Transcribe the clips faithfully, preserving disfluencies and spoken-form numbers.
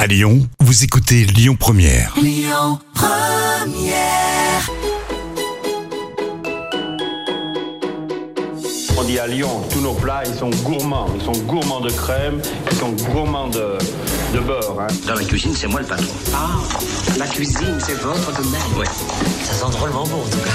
À Lyon, vous écoutez Lyon Première. Lyon Première. On dit à Lyon, tous nos plats, ils sont gourmands. Ils sont gourmands de crème, ils sont gourmands de, de beurre. Hein. Dans la cuisine, c'est moi le patron. Ah, la cuisine, c'est votre domaine. Ouais. Ça sent drôlement bon, en tout cas.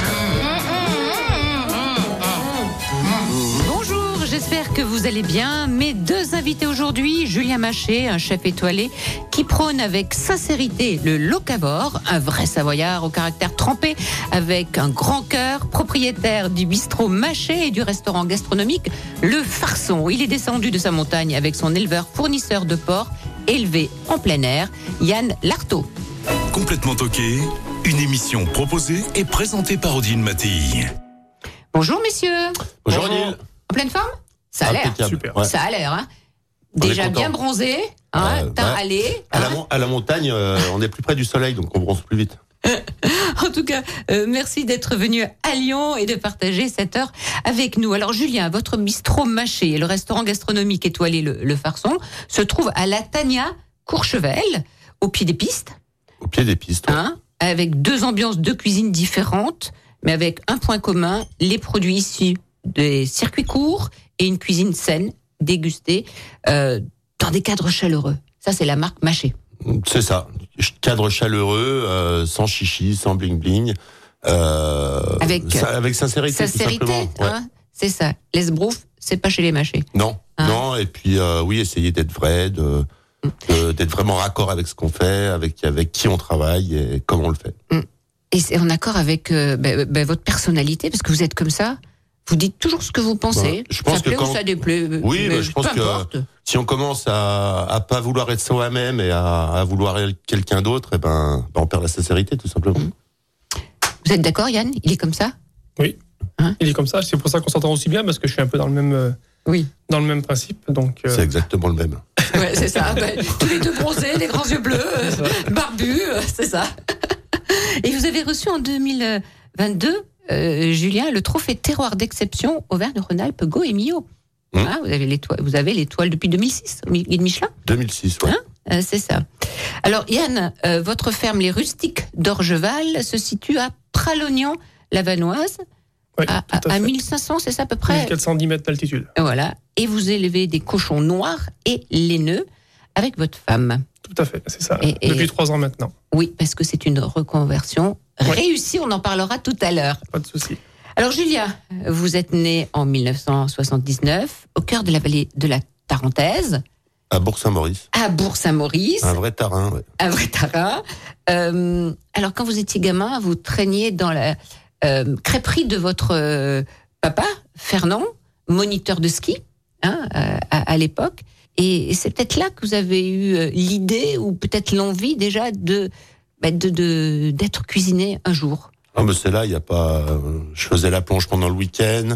Bonjour, j'espère que vous allez bien. Mes deux invités aujourd'hui, Julien Maché, un chef étoilé, qui prône avec sincérité le locavore, un vrai savoyard au caractère trempé, avec un grand cœur, propriétaire du bistrot Maché et du restaurant gastronomique Le Farçon. Il est descendu de sa montagne avec son éleveur fournisseur de porc, élevé en plein air, Yann Lartaud. Complètement toqué, une émission proposée et présentée par Odile Mattei. Bonjour messieurs. Bonjour Odile. En pleine forme ? Ça a l'air. Impeccable. Super. Ouais. Ça a l'air, hein. On est Déjà content. bien bronzé, hein, Euh, teint ouais. allé. À, la, hein. mon- à la montagne, euh, on est plus près du soleil, donc on bronze plus vite. En tout cas, euh, merci d'être venu à Lyon et de partager cette heure avec nous. Alors Julien, votre bistrot Maché et le restaurant gastronomique étoilé Le, le Farçon se trouve à La Tania, Courchevel, au pied des pistes, Au pied des pistes. ouais. hein, avec deux ambiances de cuisine différentes, mais avec un point commun, les produits issus des circuits courts et une cuisine saine, dégustée euh, dans des cadres chaleureux. Ça, c'est la marque Maché. C'est ça. Cadre chaleureux, euh, sans chichi, sans bling bling. Euh, Avec- ça- avec sincérité, tout Sincérité, simplement. Ouais. hein, c'est ça. L'esbrouf, c'est pas chez les Machés. Non, Hein. non. Et puis euh, oui, essayer d'être vrai, de, de- d'être vraiment raccord avec ce qu'on fait, avec avec qui on travaille et comment on le fait. Et c'est en accord avec euh, ben, ben, votre personnalité, parce que vous êtes comme ça. Vous dites toujours ce que vous pensez. Bah, je pense ça plaît que quand- ou ça déplaît. Oui, mais bah, je pense peu que- importe. Si on commence à à pas vouloir être soi-même et à, à vouloir être quelqu'un d'autre, et ben, ben on perd la sincérité tout simplement. Vous êtes d'accord, Yann ? Il est comme ça ? Oui, Hein il est comme ça. C'est pour ça qu'on s'entend aussi bien, parce que je suis un peu dans le même, euh, Oui. dans le même principe. Donc, euh, C'est exactement le même. Ouais, c'est ça. Ben, tous les deux bronzés, les grands yeux bleus, euh, barbus, euh, c'est ça. Et vous avez reçu en deux mille vingt-deux, euh, Julien, le trophée terroir d'exception Auvergne-Rhône-Alpes Goemio. Mmh. Hein, vous avez l'étoile, vous avez l'étoile depuis deux mille six, au guide Michelin. deux mille six, ouais. Hein Euh, c'est ça. Alors Yann, euh, votre ferme Les Rustiques d'Orgeval se situe à Pralognan-la-Vanoise, oui, à, tout à à fait. mille cinq cents, c'est ça à peu près. mille quatre cent dix mètres d'altitude. Voilà. Et vous élevez des cochons noirs et laineux avec votre femme. Tout à fait, c'est ça. Et- et- Depuis trois ans maintenant. Oui, parce que c'est une reconversion Oui. réussie. On en parlera tout à l'heure. Pas de souci. Alors Julien, vous êtes né en mille neuf cent soixante-dix-neuf au cœur de la vallée de la Tarentaise, À Bourg-Saint-Maurice. à Bourg-Saint-Maurice. Un vrai tarin, ouais. Un vrai tarin. Euh, alors, quand vous étiez gamin, vous traîniez dans la euh, crêperie de votre euh, papa, Fernand, moniteur de ski, hein, à, à- à l'époque. Et c'est peut-être là que vous avez eu euh, l'idée ou peut-être l'envie déjà de, bah, de, de d'être cuisiné un jour. Ah, mais c'est là, il y a pas. euh, Je faisais la plonge pendant le week-end.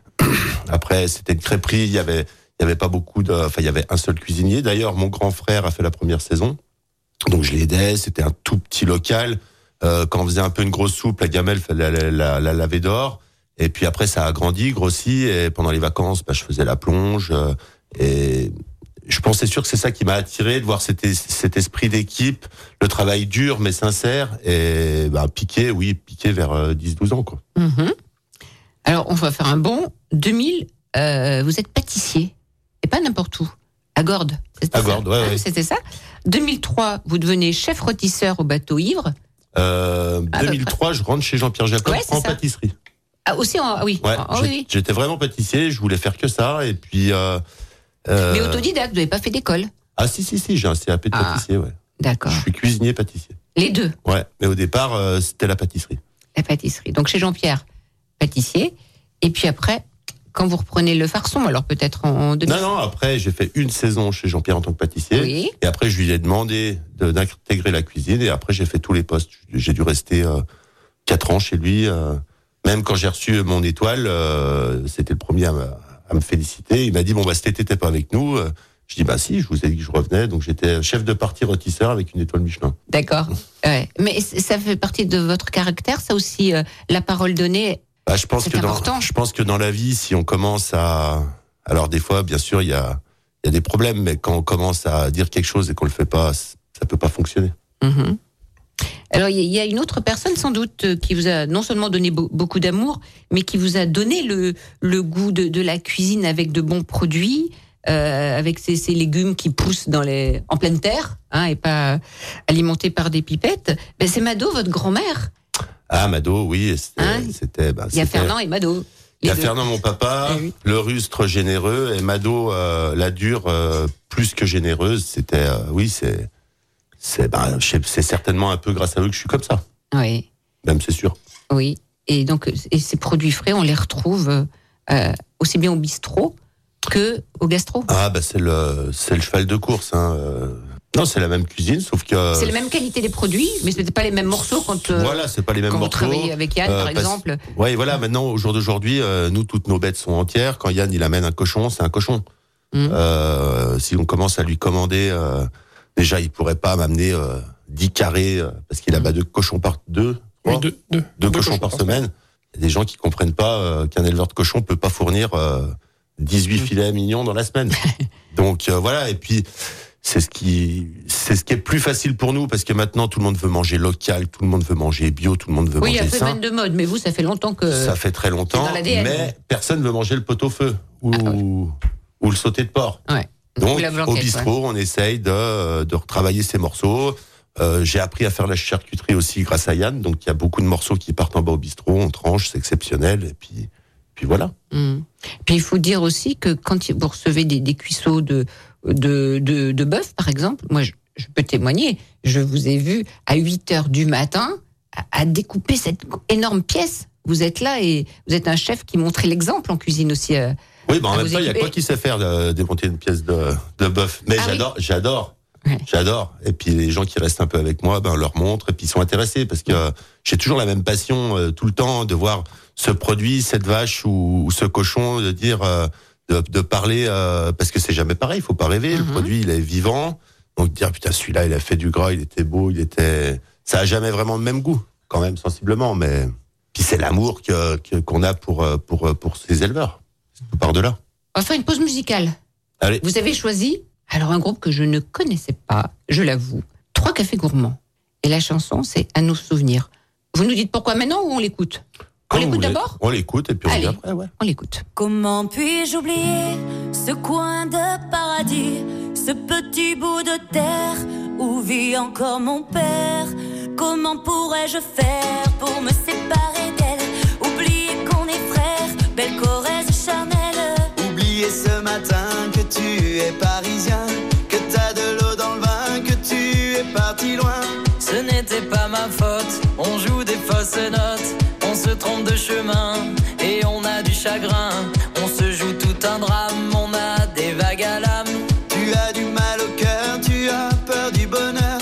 Après, c'était une crêperie. Il y avait, il y avait pas beaucoup de. Enfin, il y avait un seul cuisinier. D'ailleurs, mon grand frère a fait la première saison, donc je l'aidais. C'était un tout petit local. Euh, quand on faisait un peu une grosse soupe, la gamelle, fallait la, la, la laver dehors. Et puis après, ça a grandi, grossi. Et pendant les vacances, bah, je faisais la plonge. euh, et je pensais sûr que c'est ça qui m'a attiré, de voir cet, es- cet esprit d'équipe, le travail dur mais sincère, et bah, piqué, oui, piqué vers euh, dix douze ans, quoi. Mhm. Alors, on va faire un bond. deux mille, euh, vous êtes pâtissier. Et pas n'importe où. À Gordes. C'était À ça, Gordes, ouais, hein, ouais. C'était ça. deux mille trois, vous devenez chef rôtisseur au bateau ivre. Euh, Ah, deux mille trois, je rentre chez Jean-Pierre Jacob Ouais, c'est en ça. pâtisserie. Ah, aussi, en, ah oui. Ouais, Ah, j'ai- oui, oui. j'étais vraiment pâtissier, je voulais faire que ça, et puis... Euh, euh, Mais autodidacte, vous n'avez pas fait d'école. Ah si, si, si, j'ai un C A P de Ah. pâtissier, ouais. D'accord. Je suis cuisinier pâtissier. Les deux, Ouais, mais au départ, euh, c'était la pâtisserie. la pâtisserie. Donc chez Jean-Pierre, pâtissier. Et puis après, quand vous reprenez le farçon, alors peut-être en deux mille. Non, non, après, j'ai fait une saison chez Jean-Pierre en tant que pâtissier. Oui. Et après, je lui ai demandé de- d'intégrer la cuisine. Et après, j'ai fait tous les postes. J'ai dû rester euh, quatre ans chez lui. euh. Même quand j'ai reçu mon étoile, euh, c'était le premier à, me- à me féliciter. Il m'a dit, bon, bah, cet été, t'es pas avec nous. Euh, Je dis, bah si, je vous ai dit que je revenais. Donc, j'étais chef de partie rôtisseur avec une étoile Michelin. D'accord. Ouais. Mais c- ça fait partie de votre caractère, ça aussi, euh, la parole donnée. Bah, je pense C'est que dans, important. je pense que dans la vie, si on commence à, alors des fois, bien sûr, il y a, il y a des problèmes, mais quand on commence à dire quelque chose et qu'on le fait pas, ça peut pas fonctionner. Mmh. Alors, il y a une autre personne, sans doute, qui vous a non seulement donné be- beaucoup d'amour, mais qui vous a donné le, le goût de, de la cuisine avec de bons produits, euh, avec ces, ces légumes qui poussent dans les, en pleine terre, hein, et pas alimentés par des pipettes. Ben, c'est Mado, votre grand-mère. Ah, Mado, oui, c'était... Hein c'était bah, il y a c'était... Fernand et Mado. Il y a deux. Fernand, mon papa, Eh oui. le rustre généreux, et Mado, euh, la dure, euh, plus que généreuse. C'était, euh, oui, c'est... C'est, bah, c'est certainement un peu grâce à eux que je suis comme ça. Oui. Même, c'est sûr. Oui. Et donc, et ces produits frais, on les retrouve euh, aussi bien au bistrot que au gastro. Ah, bah, c'est le, c'est le cheval de course, hein. Euh, Non, c'est la même cuisine, sauf que... C'est la même qualité des produits, mais ce n'était pas les mêmes morceaux quand, euh, Voilà, c'est pas les mêmes quand vous morceaux. travaillez avec Yann, Euh, par parce- exemple. Ouais, voilà, maintenant, au jour d'aujourd'hui, euh, nous, toutes nos bêtes sont entières. Quand Yann, il amène un cochon, c'est un cochon. Mmh. Euh, si on commence à lui commander, euh, déjà, il pourrait pas m'amener euh, dix carrés, euh, parce qu'il a bah, deux cochons par deux, trois, Oui, deux, deux, deux deux cochons, cochons par par semaine. Il y a des gens qui comprennent pas euh, qu'un éleveur de cochons peut pas fournir euh, dix-huit Mmh. filets mignons dans la semaine. Donc, euh, voilà, et puis... C'est ce qui, c'est ce qui est plus facile pour nous parce que maintenant tout le monde veut manger local, tout le monde veut manger bio, tout le monde veut Oui, il y a un manger sain. phénomène de mode, mais vous, ça fait longtemps que... Ça fait très longtemps, c'est dans l'A D N. mais personne veut manger le pot-au-feu ou, Ah ouais. ou le sauté de porc. Ouais. Donc, Ou la blanquette, au bistrot, on essaye de, de retravailler ces morceaux. Euh, j'ai appris à faire la charcuterie aussi grâce à Yann, donc il y a beaucoup de morceaux qui partent en bas au bistrot, on tranche, c'est exceptionnel, et puis, puis voilà. Mmh. Puis il faut dire aussi que quand vous recevez des, des cuisseaux de, de, de, de bœuf, par exemple, moi je, je peux témoigner, je vous ai vu à huit heures du matin à, à découper cette énorme pièce. Vous êtes là et vous êtes un chef qui montrait l'exemple en cuisine aussi. Euh, Oui, bah en à même vous temps, il y a équiper. quoi qui sait faire de démonter une pièce de, de bœuf. Mais Ah oui. j'adore, j'adore, Ouais. j'adore. Et puis les gens qui restent un peu avec moi, ben on leur montre et puis ils sont intéressés parce que euh, j'ai toujours la même passion euh, tout le temps de voir ce produit, cette vache ou, ou ce cochon, de dire, euh, de, de parler euh, parce que c'est jamais pareil. Il faut pas rêver. Le Mhm. produit, il est vivant. Donc dire putain, celui-là, il a fait du gras, il était beau, il était. Ça a jamais vraiment le même goût, quand même sensiblement, mais puis c'est l'amour que, que qu'on a pour euh, pour pour ces éleveurs. Tout part de là. On va faire une pause musicale. Allez. Vous avez choisi, alors un groupe que je ne connaissais pas, je l'avoue, Trois Cafés Gourmands. Et la chanson, c'est À nos souvenirs. Vous nous dites pourquoi maintenant ou on l'écoute? On Quand vous l'écoute voulez. d'abord? On l'écoute et puis on Allez. dit après, ouais. On l'écoute. Comment puis-je oublier ce coin de paradis, ce petit bout de terre où vit encore mon père? Comment pourrais-je faire pour me séparer d'elle? Oublier qu'on est frères, belle Corrèze charnelle. Oublier ce matin que tu es parisien, que t'as de l'eau dans le vin, que tu es parti loin. Ce n'était pas ma faute, on joue des fausses notes, on se trompe de chemin et on a du chagrin. On se joue tout un drame, on a des vagues à l'âme. Tu as du mal au cœur, tu as peur du bonheur.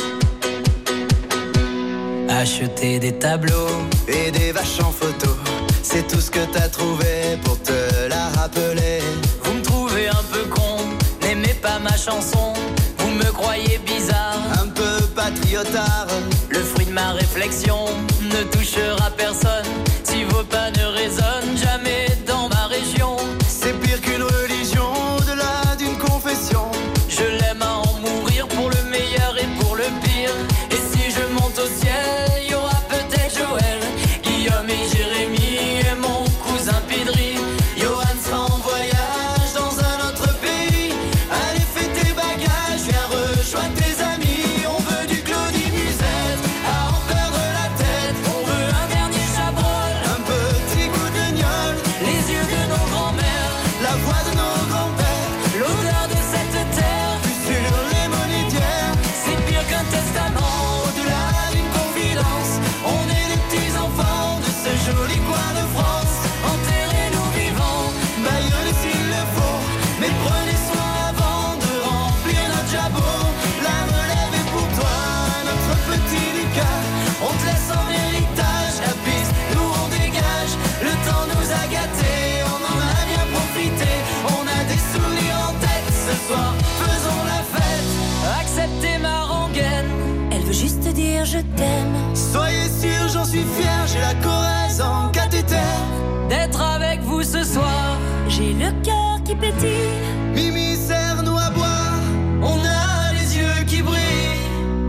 Acheter des tableaux et des vaches en photo, c'est tout ce que t'as trouvé pour te la rappeler. Vous me trouvez un peu con, n'aimez pas ma chanson. Vous me croyez bizarre, un peu patriotard. Le fruit de ma réflexion ne touchera personne. Si vos pas ne résonnent jamais dans ma région, c'est pire qu'une religion, au-delà d'une confession. Je l'aime à en mourir pour le meilleur et pour le pire. Et si je monte au ciel, il y aura peut-être Joël, Guillaume et Jérémy et mon cousin Pidri. Johan sera en voyage dans un autre pays. Allez, fais tes bagages, viens rejoindre tes amis. On veut du Claudie Musette, à en perdre la tête. On veut un dernier chabrol, un petit coup de gnôle, les yeux de nos grands-mères, la voix de nos grands-pères, l'odeur de cette terre, plus sur les monétières. c'est pire qu'un testament. Au-delà d'une confidence, on est les petits enfants de ce joli coin de France. Enterrez-nous vivants, Baillez s'il le faut, mais prenez soin avant de remplir notre jabot. La relève est pour toi, notre petit Lucas. On te laisse en héritage, la piste, nous on dégage. Le temps nous a gâtés, on en a bien profité. On a des souvenirs en tête, ce soir faisons la fête. acceptez ma rengaine. Elle veut juste dire je t'aime. Soyez sûrs, j'en suis fier, j'ai la Corrèze en cathéter. D'être avec vous ce soir, J'ai le cœur qui pétille. Mimi, serre-nous à boire, on a les yeux qui brillent.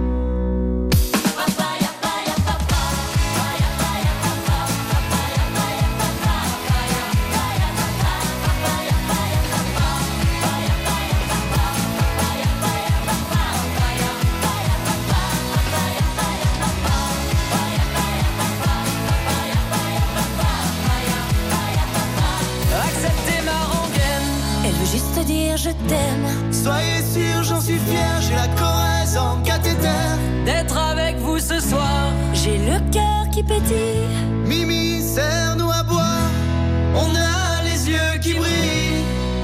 je t'aime. Soyez sûr, j'en suis fier, j'ai la Corrèze en cathéter. D'être avec vous ce soir. J'ai le cœur qui pétille. Mimi, serre-nous à boire, on a les yeux qui brillent.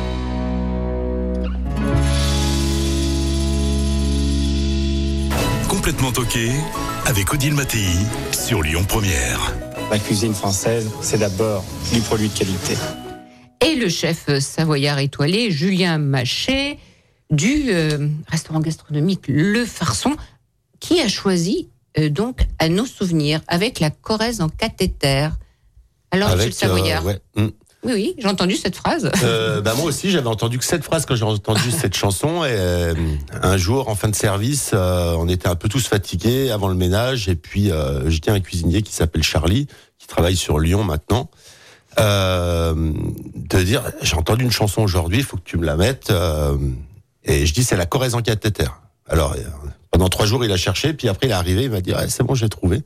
Complètement toqué avec Odile Mattei sur Lyon Première. La cuisine française, c'est d'abord du produit de qualité. Et le chef savoyard étoilé, Julien Machet, du euh, restaurant gastronomique Le Farçon, qui a choisi euh, donc à nos souvenirs avec la Corrèze en cathéter. Alors, Avec, monsieur le savoyard. euh, ouais. mm. Oui, oui, j'ai entendu cette phrase. Euh, bah moi aussi, j'avais entendu que cette phrase quand j'ai entendu cette chanson. Et euh, un jour, en fin de service, euh, on était un peu tous fatigués avant le ménage. Et puis, euh, j'étais un cuisinier qui s'appelle Charlie, qui travaille sur Lyon maintenant. Euh, de dire, j'ai entendu une chanson aujourd'hui, il faut que tu me la mettes. Euh, et je dis, c'est la Corrèze en cathéter. Alors, euh, pendant trois jours, il a cherché. Puis après, il est arrivé, il m'a dit, ouais, c'est bon, j'ai trouvé.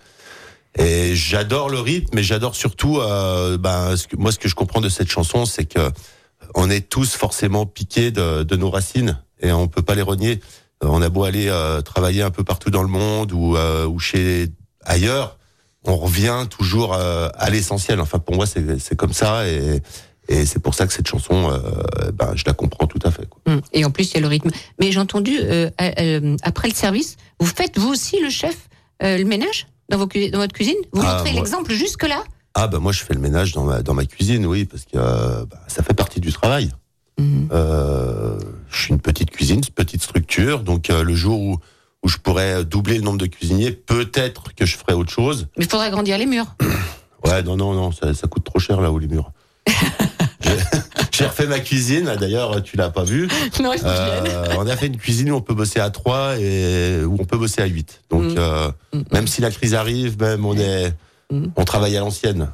Et j'adore le rythme, mais j'adore surtout, euh, ben, ce que, moi, ce que je comprends de cette chanson, c'est que on est tous forcément piqués de, de nos racines et on peut pas les renier. On a beau aller euh, travailler un peu partout dans le monde ou, euh, ou chez ailleurs, on revient toujours euh, à l'essentiel. Enfin, pour moi, c'est, c'est comme ça et, et c'est pour ça que cette chanson, euh, ben, je la comprends tout à fait, quoi. Et en plus, il y a le rythme. Mais j'ai entendu, euh, euh, après le service, vous faites vous aussi, le chef, euh, le ménage dans, vos, dans votre cuisine? Vous Ah, montrez moi- l'exemple jusque-là? Ah bah moi je fais le ménage dans ma dans ma cuisine, oui, parce que euh, bah, ça fait partie du travail. Mhm. Euh, je suis une petite cuisine, une petite structure, donc euh, le jour où où je pourrais doubler le nombre de cuisiniers, peut-être que je ferais autre chose. Mais il faudrait agrandir les murs. Ouais, non, non, non, ça, ça coûte trop cher là-haut les murs. J'ai- J'ai refait ma cuisine, d'ailleurs tu l'as pas vu. Non, il faut que je vienne. Euh, on a fait une cuisine où on peut bosser à trois et où on peut bosser à huit. Donc Mm. euh, Mm. même si la crise arrive, même on est Mm. on travaille à l'ancienne.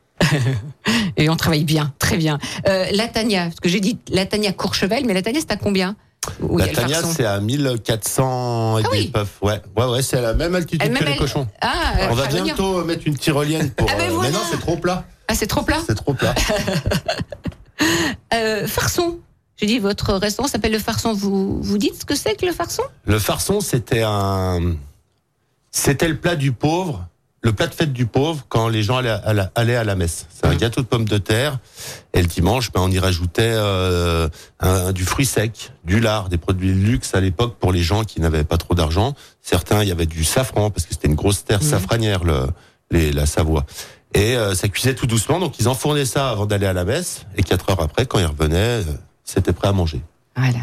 Et on travaille bien, très bien. Euh, la Tania, parce que j'ai dit la Tania Courchevel, mais la Tania, c'est à combien? Où il y La a le Tania, farçon. c'est à mille quatre cents et Ah des oui. puffs. Ouais, ouais, ouais, c'est à la même altitude Elle, que même les elle- cochons. Ah, On va Fabien. bientôt mettre une tyrolienne pour. Ah ben euh, voilà. Mais non, c'est trop plat. Ah, c'est trop plat. C'est trop plat. Euh, farçon. J'ai dit, votre restaurant s'appelle le Farçon. Vous, vous dites ce que c'est que le Farçon? Le farçon, c'était un. C'était le plat du pauvre, le plat de fête du pauvre quand les gens allaient à la, allaient à la messe. C'est un Mhm. gâteau de pommes de terre. Et le dimanche, ben, on y rajoutait euh, un, du fruit sec, du lard, des produits de luxe à l'époque pour les gens qui n'avaient pas trop d'argent. Certains, il y avait du safran parce que c'était une grosse terre Mhm. safranière, le, les, la Savoie. Et euh, ça cuisait tout doucement, donc ils enfournaient ça avant d'aller à la messe. Et quatre heures après, quand ils revenaient, euh, c'était prêt à manger. Voilà.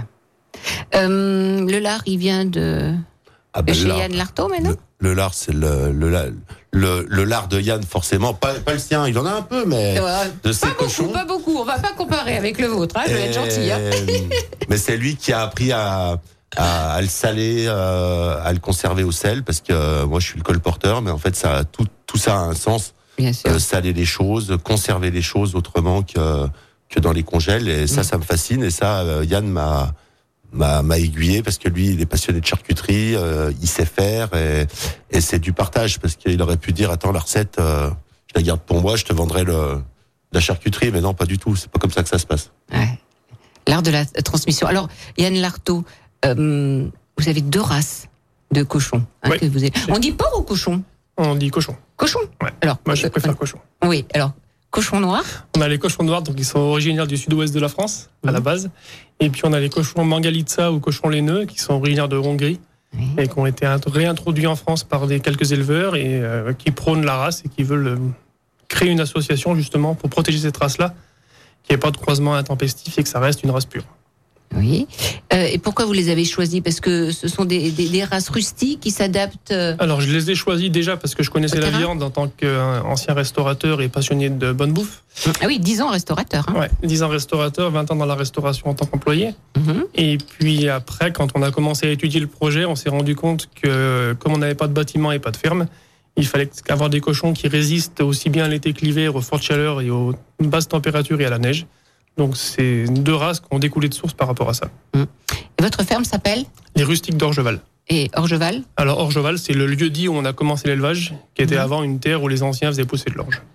Euh, le lard, il vient de, Ah de ben, chez le lard. Yann Lartaud, maintenant? Le, le lard, c'est le, le, la- le, le lard de Yann, forcément. Pas, pas le sien, il en a un peu, mais Euh, de ses pas beaucoup, cochons. pas beaucoup. On va pas comparer avec le vôtre, hein, je vais être gentil. Hein. Et- mais c'est lui qui a appris à, à, à le saler, euh, à le conserver au sel, parce que euh, moi, je suis le colporteur, mais en fait, ça, a tout, tout ça a un sens. Bien sûr. Euh, saler les choses, conserver les choses autrement que, que dans les congèles. Et ça, Mm. ça me fascine. Et ça, euh, Yann m'a, m'a, m'a aiguillé parce que lui, il est passionné de charcuterie, euh, il sait faire et, et c'est du partage parce qu'il aurait pu dire, attends, la recette, euh, je la garde pour moi, je te vendrai le, la charcuterie. Mais non, pas du tout. C'est pas comme ça que ça se passe. Ouais. L'art de la transmission. Alors, Yann Lartaud, euh, vous avez deux races de cochons. Hein, Oui. que vous avez. On dit porc ou cochon? On dit cochon. Cochon. Ouais. Alors, Moi, je euh, préfère cochon. Oui, alors, cochon noir. On a les cochons noirs, donc ils sont originaires du sud-ouest de la France, à la Mhm. base. Et puis on a les cochons Mangalitsa ou cochons laineux, qui sont originaires de Hongrie Oui. et qui ont été int- réintroduits en France par des quelques éleveurs et euh, qui prônent la race et qui veulent euh, créer une association justement pour protéger cette race-là, qu'il n'y ait pas de croisement intempestif et que ça reste une race pure. Oui. Euh, et pourquoi vous les avez choisis? Parce que ce sont des, des, des races rustiques qui s'adaptent. euh, Alors je les ai choisis déjà parce que je connaissais Au la terrain. viande en tant qu'ancien restaurateur et passionné de bonne bouffe. Ah oui, dix ans restaurateur. Hein. Ouais, dix ans restaurateur, vingt ans dans la restauration en tant qu'employé. Mhm. Et puis après, quand on a commencé à étudier le projet, on s'est rendu compte que comme on n'avait pas de bâtiment et pas de ferme, il fallait avoir des cochons qui résistent aussi bien à l'été que l'hiver, aux fortes chaleurs et aux basses températures et à la neige. Donc c'est deux races qui ont découlé de source par rapport à ça. Et votre ferme s'appelle? Les rustiques d'Orgeval. Et Orgeval? Alors Orgeval, c'est le lieu dit où on a commencé l'élevage, qui était Mhm. avant une terre où les anciens faisaient pousser de l'orge.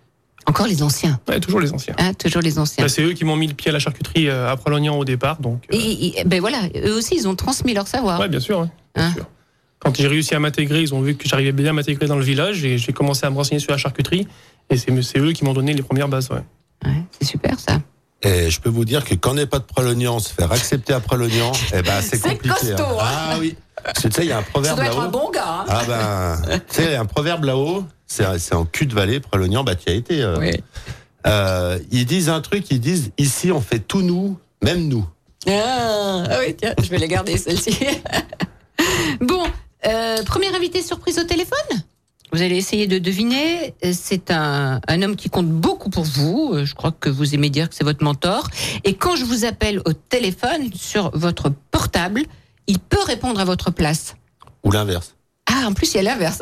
Encore les anciens. Ouais, toujours les anciens. Hein, toujours les anciens. Bah, c'est eux qui m'ont mis le pied à la charcuterie euh, à Pralognan au départ. Donc, euh... et, et ben voilà, eux aussi, ils ont transmis leur savoir. Oui, bien sûr. Ouais, bien hein sûr. Quand j'ai réussi à m'intégrer, ils ont vu que j'arrivais bien à m'intégrer dans le village et j'ai commencé à me renseigner sur la charcuterie. Et c'est, c'est eux qui m'ont donné les premières bases. Ouais. Ouais, c'est super ça. Et je peux vous dire que quand on n'est pas de Pralognan, se faire accepter à Pralognan, eh ben, c'est, c'est compliqué. costaud, hein. hein. Ah oui. Parce que tu sais, il y a un proverbe Ça doit là-haut. être un bon gars. Hein. Ah ben, tu sais, il y a un proverbe là-haut, c'est, c'est en cul de vallée, Pralognan, bah tu y as été. Euh, Oui. euh, ils disent un truc, ils disent, ici on fait tout nous, même nous. Ah, ah oui, tiens, je vais les garder, celle-ci. Bon, euh, premier invité surprise au téléphone. Vous allez essayer de deviner. C'est un, un homme qui compte beaucoup pour vous. Je crois que vous aimez dire que c'est votre mentor. Et quand je vous appelle au téléphone sur votre portable, il peut répondre à votre place. Ou l'inverse. Ah, en plus, il y a l'inverse.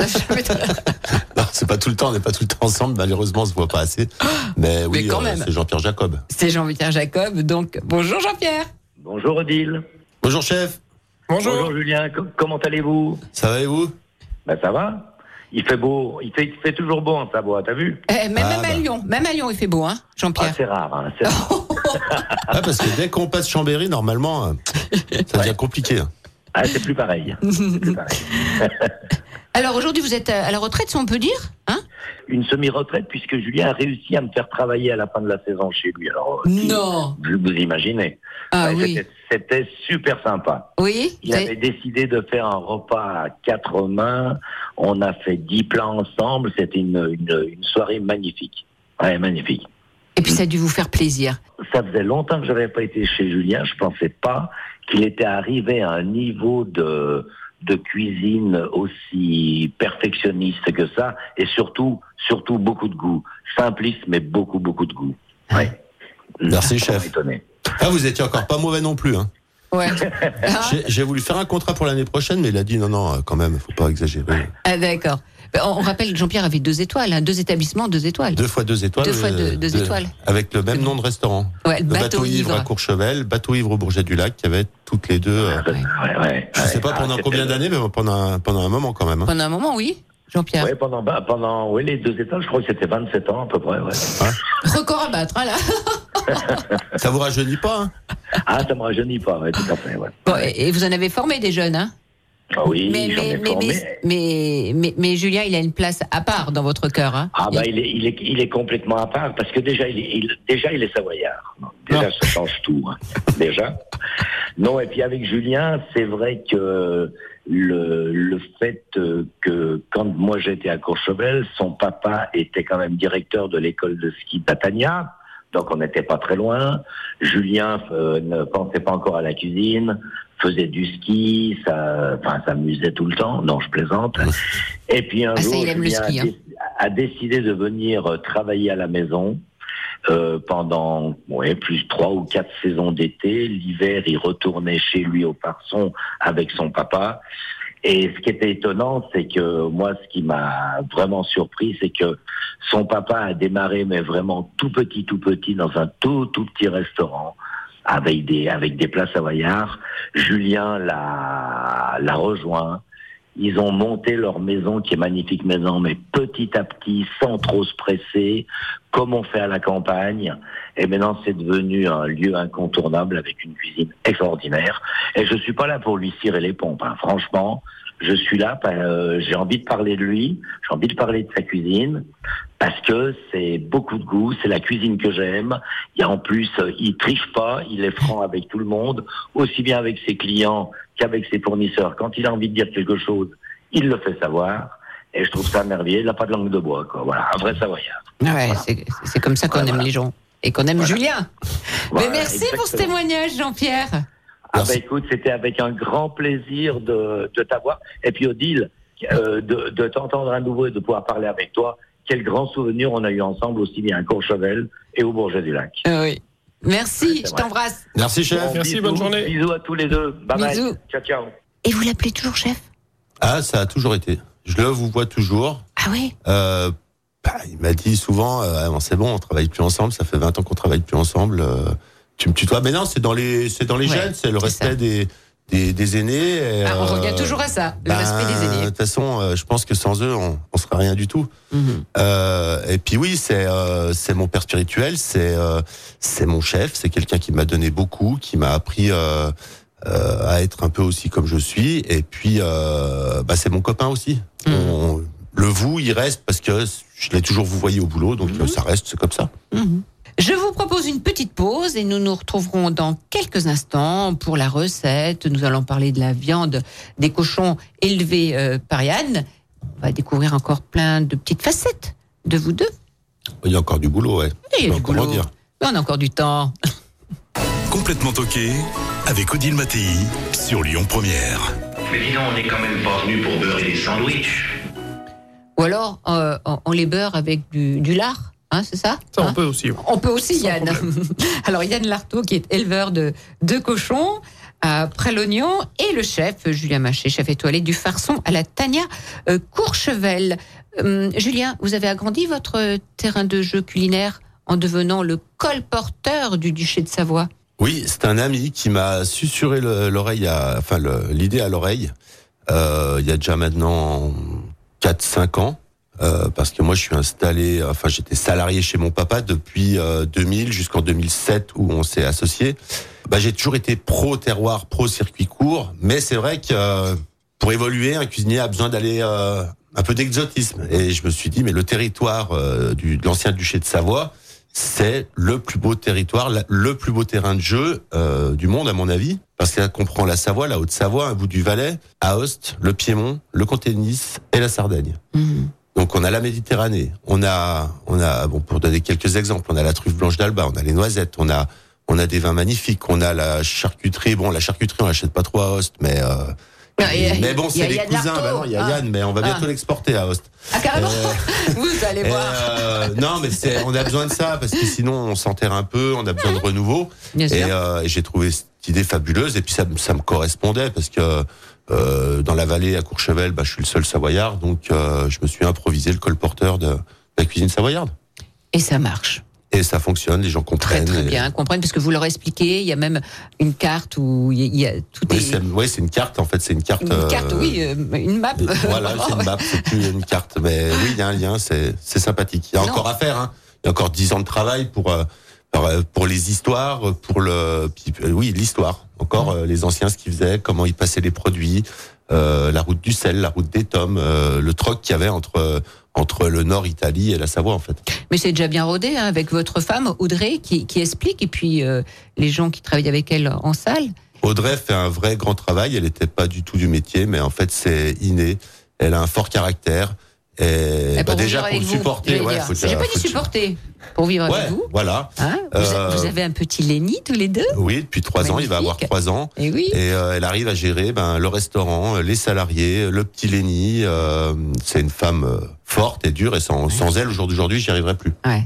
Non, c'est pas tout le temps, on n'est pas tout le temps ensemble, malheureusement, on se voit pas assez. Mais oui, Mais quand euh, même. c'est Jean-Pierre Jacob. C'est Jean-Pierre Jacob. Donc, bonjour Jean-Pierre. Bonjour Odile. Bonjour chef. Bonjour. Bonjour Julien, Com- comment allez-vous? Ça va et vous? Ben ça va. Il fait beau, il fait, il fait toujours beau en Savoie, t'as vu? Eh, même, Ah, même à bah. Lyon, même à Lyon, il fait beau, hein, Ah, Jean-Pierre. c'est rare, hein, c'est rare. Ah, parce que dès qu'on passe Chambéry, normalement, euh, ça devient compliqué. hein. Ah, c'est plus pareil. C'est plus pareil. Alors aujourd'hui, vous êtes à la retraite, si on peut dire, hein? Une semi-retraite, puisque Julien a réussi à me faire travailler à la fin de la saison chez lui. Alors, si- Non. vous vous imaginez. Ah Ouais, oui. c'était, c'était super sympa. Oui. Il avait décidé de faire un repas à quatre mains. On a fait dix plats ensemble. C'était une, une, une soirée magnifique. Ouais, magnifique. Et puis ça a dû vous faire plaisir. Ça faisait longtemps que je n'avais pas été chez Julien. Je pensais pas qu'il était arrivé à un niveau de, de cuisine aussi perfectionniste que ça. Et surtout, surtout beaucoup de goût. Simpliste, mais beaucoup, beaucoup de goût. Ouais. Merci, Ça m'a chef. étonné. Ah, vous étiez encore pas mauvais non plus. Hein. Ouais. Ah, J'ai, j'ai voulu faire un contrat pour l'année prochaine, mais il a dit non, non, euh, quand même, faut pas exagérer. ah, d'accord. Ben, On rappelle que Jean-Pierre avait deux étoiles, hein, deux établissements, deux étoiles. Deux fois deux étoiles. Deux fois deux- euh, deux de- étoiles. Avec le même nom de restaurant. Ouais, le Le bateau, ivre. à Courchevel, bateau ivre au Bourget du Lac, qui avait toutes les deux. euh, Ouais. Ouais, ouais, je sais ouais. pas pendant Ah, combien c'était- d'années, mais pendant un, pendant un moment quand même. hein. Pendant un moment, oui, Jean-Pierre. Ouais, pendant, bah, pendant ouais, les deux étages, je crois que c'était vingt-sept ans à peu près. Ouais. Record à battre, hein, là. Ça vous rajeunit pas hein? Ah, ça me rajeunit pas, ouais, tout à fait. Ouais. Bon, et, et vous en avez formé des jeunes, hein? Ah oui, mais, j'en ai mais, mais, formé. mais, mais, mais, mais Julien, il a une place à part dans votre cœur, hein? Ah bah il est, il est, il est complètement à part parce que déjà il est, il, déjà il est savoyard. Déjà Non. ça change tout. Hein. Déjà. Non et puis avec Julien, c'est vrai que le, le fait que quand moi j'étais à Courchevel, son papa était quand même directeur de l'école de ski de Batagna. Donc on n'était pas très loin. Julien euh, ne pensait pas encore à la cuisine, faisait du ski, ça, enfin s'amusait tout le temps. Non, je plaisante. Et puis un Ah, ça, jour, il aime le Julien ski, a, hein. dé- a décidé de venir euh, travailler à la maison euh, pendant ouais, plus de trois ou quatre saisons d'été. L'hiver, il retournait chez lui au Parson avec son papa. Et ce qui était étonnant, c'est que moi, ce qui m'a vraiment surpris, c'est que son papa a démarré, mais vraiment tout petit, tout petit, dans un tout, tout petit restaurant, avec des, avec des plats savoyards. Julien l'a, l'a rejoint. Ils ont monté leur maison, qui est magnifique maison, mais petit à petit, sans trop se presser, comme on fait à la campagne. Et maintenant, c'est devenu un lieu incontournable avec une cuisine extraordinaire. Et je suis pas là pour lui cirer les pompes, hein. Franchement. Je suis là, euh, j'ai envie de parler de lui, j'ai envie de parler de sa cuisine, parce que c'est beaucoup de goût, c'est la cuisine que j'aime. Il y a en plus, euh, il triche pas, il est franc avec tout le monde, aussi bien avec ses clients qu'avec ses fournisseurs. Quand il a envie de dire quelque chose, il le fait savoir. Et je trouve ça merveilleux, il n'a pas de langue de bois, quoi. Voilà, un vrai Savoyard. Ouais, Voilà. c'est, c'est comme ça qu'on Ouais, aime voilà. les gens. Et qu'on aime Voilà. Julien. Voilà, mais merci pour ce exactement. témoignage, Jean-Pierre. Ah bah écoute, c'était avec un grand plaisir de, de t'avoir. Et puis Odile, euh, de, de t'entendre à nouveau et de pouvoir parler avec toi. Quel grand souvenir on a eu ensemble, aussi bien à Courchevel et au Bourget du Lac. Euh, oui. Merci, Ouais, c'est je vrai. t'embrasse. Merci chef. Bon, Merci, bisous, bonne journée. Bisous à tous les deux. Bye Bisous. bye. Ciao, ciao. Et vous l'appelez toujours chef? Ah, ça a toujours été. Je le vous vois toujours. Ah oui? Euh, bah, il m'a dit souvent, euh, ah, bon, c'est bon, on travaille plus ensemble, ça fait vingt ans qu'on travaille plus ensemble. euh, tu me tutoies. Mais non, c'est dans les, c'est dans les Ouais, gènes, c'est le c'est respect ça. des, des, des aînés. Et, ah, on euh, revient toujours à ça, le ben, respect des aînés. De toute façon, euh, je pense que sans eux, on, on serait rien du tout. Mm-hmm. Euh, et puis oui, c'est euh, c'est mon père spirituel, c'est euh, c'est mon chef, c'est quelqu'un qui m'a donné beaucoup, qui m'a appris euh, euh, à être un peu aussi comme je suis. Et puis, euh, bah, c'est mon copain aussi. Mm. On, le vous, il reste parce que je l'ai toujours vouvoyé au boulot, donc mm. ça reste, c'est comme ça. Mm-hmm. Je vous propose une petite pause et nous nous retrouverons dans quelques instants pour la recette. Nous allons parler de la viande des cochons élevés euh, par Yann. On va découvrir encore plein de petites facettes de vous deux. Il y a encore du boulot, ouais. Il y a du comment boulot. dire. Mais on a encore du temps. Complètement toqué avec Odile Mattei sur Lyon Première. Mais dis donc, on n'est quand même pas venu pour beurrer des sandwichs. Ou alors, euh, on, on les beurre avec du, du lard. Hein, c'est ça, ça hein on peut aussi. Ouais. On peut aussi, Sans Yann. Alors, Yann Lartaud, qui est éleveur de, de cochons à Près-l'Oignon, et le chef, Julien Maché, chef étoilé du Farçon à la Tania euh, Courchevel. Euh, Julien, vous avez agrandi votre terrain de jeu culinaire en devenant le colporteur du duché de Savoie. Oui, c'est un ami qui m'a susurré le, l'oreille, à, enfin le, l'idée à l'oreille, euh, il y a déjà maintenant quatre cinq ans. Euh, parce que moi je suis installé, enfin j'étais salarié chez mon papa depuis euh, deux mille jusqu'en deux mille sept où on s'est associés. Bah, j'ai toujours été pro terroir, pro circuit court, mais c'est vrai que euh, pour évoluer, un cuisinier a besoin d'aller euh, un peu d'exotisme. Et je me suis dit, mais le territoire euh, du, de l'ancien duché de Savoie, c'est le plus beau territoire, le plus beau terrain de jeu euh, du monde à mon avis, parce qu'elle comprend la Savoie, la Haute-Savoie, un bout du Valais, Aoste, le Piémont, le comté de Nice et la Sardaigne. Mmh. Donc on a la Méditerranée, on a, on a, bon pour donner quelques exemples, on a la truffe blanche d'Alba, on a les noisettes, on a, on a des vins magnifiques, on a la charcuterie. Bon, la charcuterie on l'achète pas trop à Aoste, mais euh, non, mais, a, mais bon c'est les cousins. Bah non, il y a ah. Yann, mais on va bientôt ah. l'exporter à Aoste. Ah carrément. Euh, Vous allez voir. Euh, non, mais c'est, on a besoin de ça parce que sinon on s'enterre un peu, on a besoin de renouveau. Bien et, euh, et j'ai trouvé cette idée fabuleuse et puis ça, ça me correspondait parce que. Euh, dans la vallée à Courchevel, bah, je suis le seul Savoyard, donc euh, je me suis improvisé le colporteur de la cuisine savoyarde. Et ça marche. Et ça fonctionne, les gens comprennent. Très très et... bien, comprennent parce que vous leur expliquez. Il y a même une carte où il y a tout. Oui, est... c'est, ouais, c'est une carte en fait, c'est une carte. Une carte, euh... oui, euh, une map. Voilà, c'est une map, c'est plus une carte, mais oui, il y a un lien, c'est c'est sympathique. Il y a non. encore à faire, hein. Il y a encore dix ans de travail pour. Euh, pour les histoires, pour le, oui, l'histoire. Encore mmh. les anciens, ce qu'ils faisaient, comment ils passaient les produits, euh, la route du sel, la route des tomes, euh, le troc qu'il y avait entre entre le Nord Italie et la Savoie en fait. Mais c'est déjà bien rodé hein, avec votre femme Audrey qui, qui explique et puis euh, les gens qui travaillent avec elle en salle. Audrey fait un vrai grand travail. Elle n'était pas du tout du métier, mais en fait c'est inné. Elle a un fort caractère. Et, et bah déjà pour le supporter, ouais, faut j'ai pas dit supporter. Pour vivre ouais, avec vous. Voilà. Hein vous, euh, vous avez un petit Lenny tous les deux. Oui, depuis trois Magnifique. ans, il va avoir trois ans. Et oui. Et euh, elle arrive à gérer ben le restaurant, les salariés, le petit Lenny. Euh, c'est une femme euh, forte et dure et sans, ouais. sans elle au jour d'aujourd'hui, j'y arriverai plus. Ouais.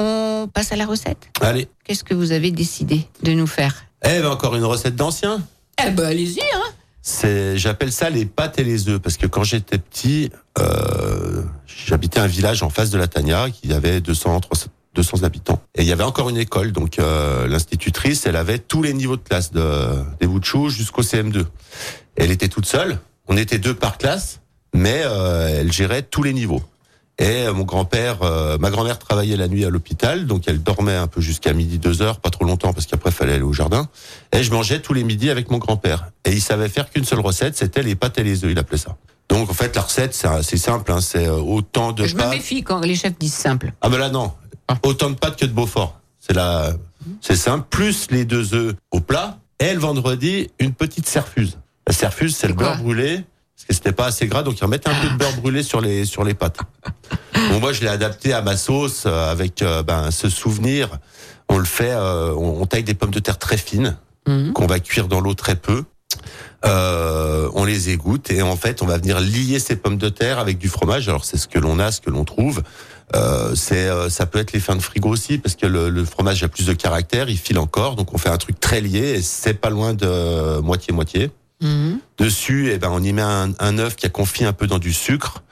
On passe à la recette. Allez. Qu'est-ce que vous avez décidé de nous faire? Eh ben encore une recette d'ancien. Eh ben allez-y hein. C'est, j'appelle ça les pâtes et les œufs parce que quand j'étais petit, euh, j'habitais un village en face de la Tania qui avait deux cents, trois cents, deux cents habitants et il y avait encore une école. Donc euh, l'institutrice, elle avait tous les niveaux de classe, de des bouts de chou jusqu'au C M deux. Elle était toute seule. On était deux par classe, mais euh, elle gérait tous les niveaux. Et euh, mon grand-père, euh, ma grand-mère travaillait la nuit à l'hôpital, donc elle dormait un peu jusqu'à midi, deux heures, pas trop longtemps parce qu'après fallait aller au jardin. Et je mangeais tous les midis avec mon grand-père. Et il savait faire qu'une seule recette, c'était les pâtes et les œufs, il appelait ça. Donc en fait la recette c'est assez simple, hein, c'est autant de je pâtes. Je me méfie quand les chefs disent simple. Ah ben là non, autant de pâtes que de Beaufort. C'est la, c'est simple. Plus les deux œufs au plat. Et le vendredi une petite serfuse. La serfuse c'est, c'est le quoi beurre brûlé. Parce que c'était pas assez gras, donc ils remettaient un peu de beurre brûlé sur les sur les pâtes. Bon, moi je l'ai adapté à ma sauce euh, avec euh, ben ce souvenir. On le fait, euh, on, on taille des pommes de terre très fines mmh. qu'on va cuire dans l'eau très peu. Euh, on les égoutte et en fait on va venir lier ces pommes de terre avec du fromage. Alors c'est ce que l'on a, ce que l'on trouve. Euh, c'est euh, ça peut être les fins de frigo aussi parce que le, le fromage a plus de caractère, il file encore, donc on fait un truc très lié et c'est pas loin de moitié moitié. Mmh. Dessus, eh ben, on y met un, un œuf qui a confit un peu dans du sucre.